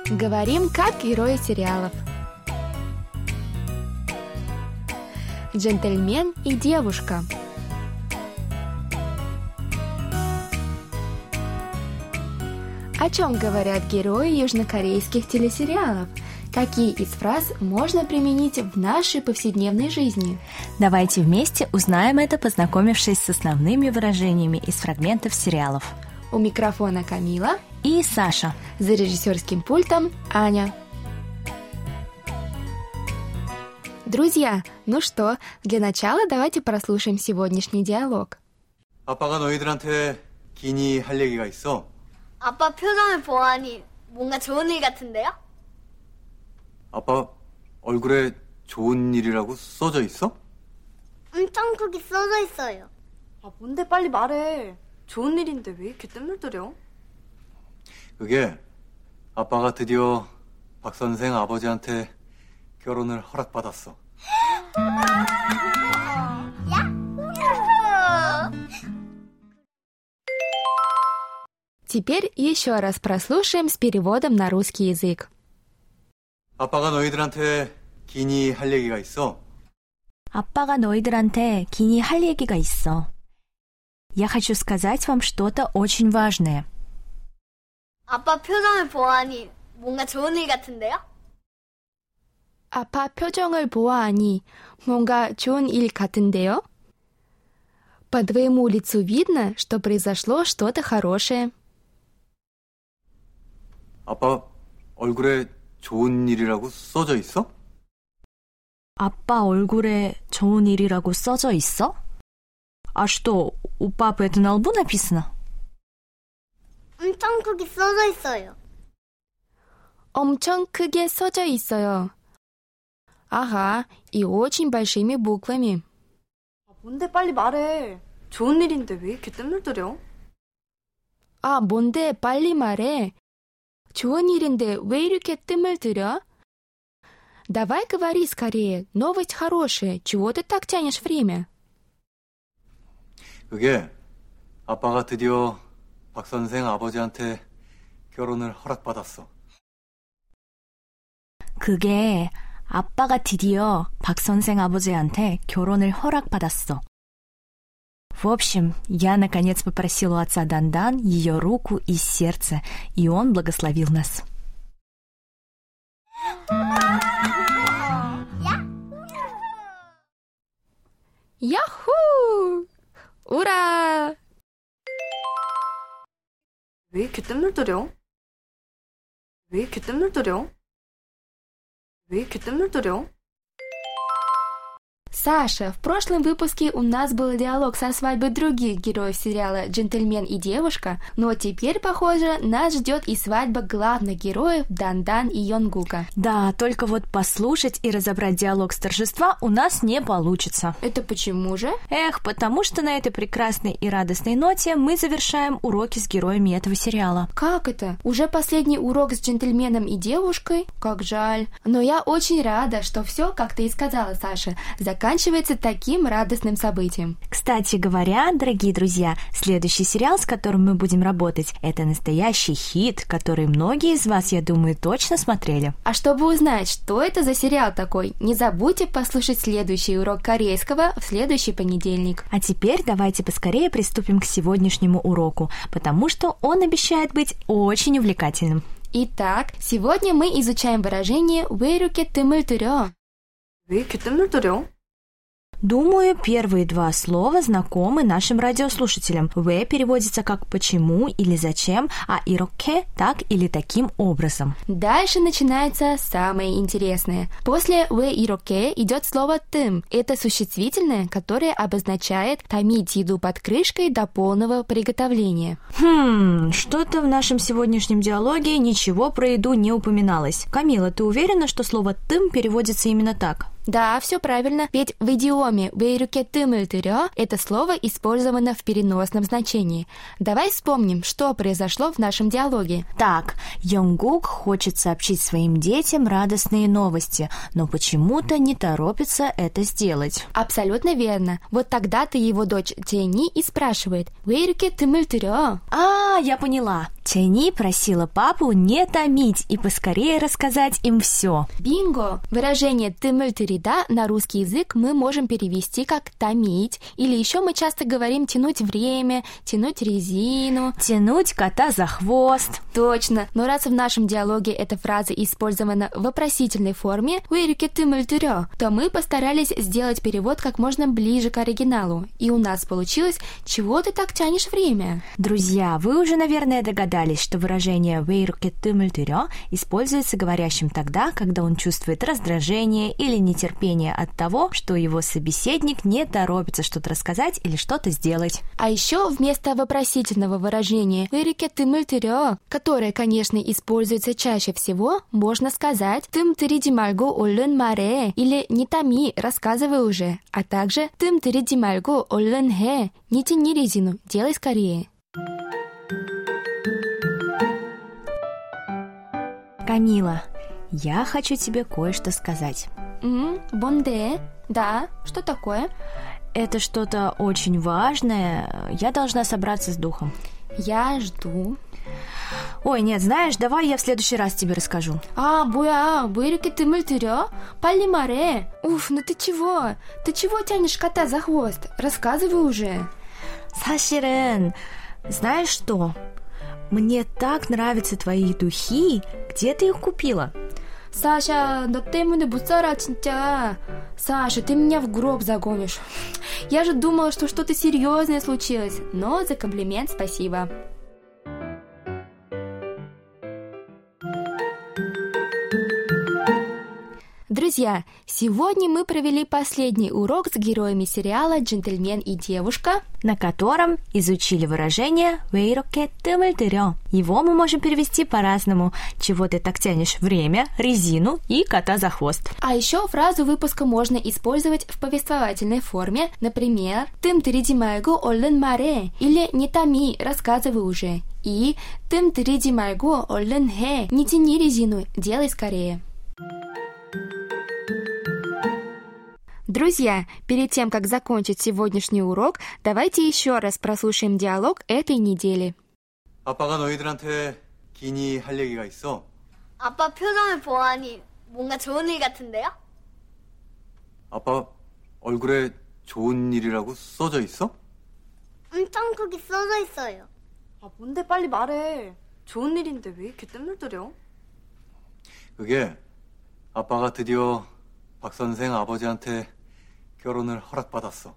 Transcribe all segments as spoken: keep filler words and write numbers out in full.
Говорим, как герои сериалов. Джентльмен и девушка. О чем говорят герои южнокорейских телесериалов? Какие из фраз можно применить в нашей повседневной жизни? Давайте вместе узнаем это, познакомившись с основными выражениями из фрагментов сериалов. У микрофона Камила и Саша. За режиссерским пультом Аня. Друзья, ну что, для начала давайте прослушаем сегодняшний диалог. 아빠가 너희들한테 기니 할 얘기가 있어. 아빠 표정을 보아하니 뭔가 좋은 일 같은데요? 아빠 얼굴에 좋은 일이라고 써져 있어? 엄청 크게 써져 있어요. 아, 뭔데 빨리 말해. 좋은 일인데 왜 이렇게 뜸물들여? 그게 아빠가 드디어 박 선생 아버지한테 결혼을 허락받았어. Теперь еще раз прослушаем с переводом на русский язык. 아빠가 너희들한테 기니 할 얘기가 있어. 아빠가 너희들한테 기니 할 얘기가 있어. Я хочу сказать вам что-то очень важное. 아빠 표정을 보아하니 뭔가 좋은 일 같은데요? 아빠 표정을 보아하니 뭔가 좋은 일 같은데요? По твоему лицу видно, что произошло что-то хорошее. 아빠 얼굴에 좋은 일이라고 써져 있어? 아빠 얼굴에 좋은 일이라고 써져 있어? А что, у папы это на лбу написано? 엄청 크게 써져 있어요. 엄청 크게 써져 있어요. Ага, и очень большими буквами. 아, 뭔데 빨리 말해. 좋은 일인데 왜 이렇게 뜸물들여? 아, 뭔데 빨리 말해. 좋은 일인데 왜 이렇게 뜸을 들여? Давай говори скорее, новость хорошая, чего ты так тянешь время? 그게 아빠가 드디어 박 선생 아버지한테 결혼을 허락받았어. 그게 아빠가 드디어 박 선생 아버지한테 결혼을 허락받았어. В общем, я наконец попросил у отца Дандан ее руку и сердце, и он благословил нас. Яху! Ура! 왜 이렇게 뜸물들여? 왜 이렇게 뜸물들여? 왜 이렇게 뜸물들여? Саша, в прошлом выпуске у нас был диалог со свадьбой других героев сериала «Джентльмен и девушка», но теперь, похоже, нас ждет и свадьба главных героев Дандан и Йонгука. Да, только вот послушать и разобрать диалог с торжества у нас не получится. Это почему же? Эх, потому что на этой прекрасной и радостной ноте мы завершаем уроки с героями этого сериала. Как это? Уже последний урок с джентльменом и девушкой? Как жаль. Но я очень рада, что все, как ты и сказала, Саша, заканчивается таким радостным событием. Кстати говоря, дорогие друзья, следующий сериал, с которым мы будем работать, это настоящий хит, который многие из вас, я думаю, точно смотрели. А чтобы узнать, что это за сериал такой, не забудьте послушать следующий урок корейского в следующий понедельник. А теперь давайте поскорее приступим к сегодняшнему уроку, потому что он обещает быть очень увлекательным. Итак, сегодня мы изучаем выражение «왜 이렇게 뜸을 들여?». 왜 이렇게 뜸물들여? Думаю, первые два слова знакомы нашим радиослушателям. «Вэ» переводится как «почему» или «зачем», а «ироке» так или таким образом. Дальше начинается самое интересное. После «вэ ироке» идет слово «тым». Это существительное, которое обозначает томить еду под крышкой до полного приготовления. Хм, что-то в нашем сегодняшнем диалоге ничего про еду не упоминалось. Камила, ты уверена, что слово «тым» переводится именно так? Да, все правильно, ведь в идиоме «왜 이렇게 뜸을 들여» это слово использовано в переносном значении. Давай вспомним, что произошло в нашем диалоге. Так, Йонгук хочет сообщить своим детям радостные новости, но почему-то не торопится это сделать. Абсолютно верно. Вот тогда-то его дочь Тени и спрашивает «왜 이렇게 뜸을 들여?» А, я поняла. Тени просила папу не томить и поскорее рассказать им все. Бинго! Выражение «뜸을 들이다» на русский язык мы можем перевести как «томить», или еще мы часто говорим «тянуть время», «тянуть резину». Тянуть кота за хвост. Точно, но раз в нашем диалоге эта фраза использована в вопросительной форме «왜 이렇게 뜸을 들여», то мы постарались сделать перевод как можно ближе к оригиналу, и у нас получилось «чего ты так тянешь время?». Друзья, вы уже, наверное, догадались, что выражение «왜 이렇게 뜸을 들여» используется говорящим тогда, когда он чувствует раздражение или нетерпение от того, что его собеседник не торопится что-то рассказать или что-то сделать. А еще вместо вопросительного выражения «왜 이렇게 뜸을 들여», которое, конечно, используется чаще всего, можно сказать «뜸 들이지 말고 얼른 말해» или «не томи, рассказывай уже», а также «뜸 들이지 말고 얼른 해», «не тяни резину, делай скорее». Камила, я хочу тебе кое-что сказать. М, 뭔데? Да, что такое? Это что-то очень важное. Я должна собраться с духом. Я жду. Ой, нет, знаешь, давай я в следующий раз тебе расскажу. А, 뭐야, 왜 이렇게 뜸을 들여? 빨리 말해. Уф, ну ты чего? Ты чего тянешь кота за хвост? Рассказывай уже. 사실은, знаешь что? Мне так нравятся твои духи. Где ты их купила? Саша, 너 때문에 못 살아, 진짜. Саша, ты меня в гроб загонишь. Я же думала, что что-то серьезное случилось, но за комплимент спасибо. Друзья, сегодня мы провели последний урок с героями сериала «Джентльмен и девушка», на котором изучили выражение «왜 이렇게 뜸을 들여». Его мы можем перевести по-разному. Чего ты так тянешь время, резину и кота за хвост. А еще фразу выпуска можно использовать в повествовательной форме, например, «뜸 들이지 말고 얼른 말해» или «не томи, рассказывай уже» и «뜸 들이지 말고 얼른 해», «не тяни резину, делай скорее». Друзья, перед тем, как закончить сегодняшний урок, давайте еще раз прослушаем диалог этой недели. 아빠가 너희들한테 기니 할 얘기가 있어. 아빠 표정을 보아하니 뭔가 좋은 일 같은데요? 아빠 얼굴에 좋은 일이라고 써져 있어? 엄청 크게 써져 있어요. 아, 뭔데 빨리 말해. 좋은 일인데 왜 이렇게 뜸을 들여? 그게 아빠가 드디어 박 선생 아버지한테 결혼을 허락받았어.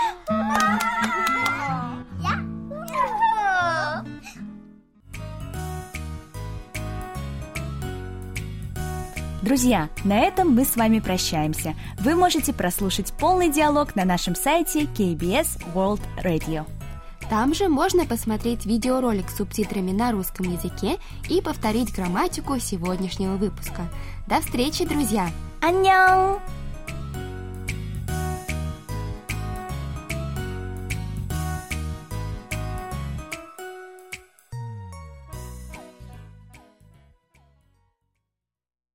Друзья, на этом мы с вами прощаемся. Вы можете прослушать полный диалог на нашем сайте кей би эс World Radio. Там же можно посмотреть видеоролик с субтитрами на русском языке и повторить грамматику сегодняшнего выпуска. До встречи, друзья! 안녕!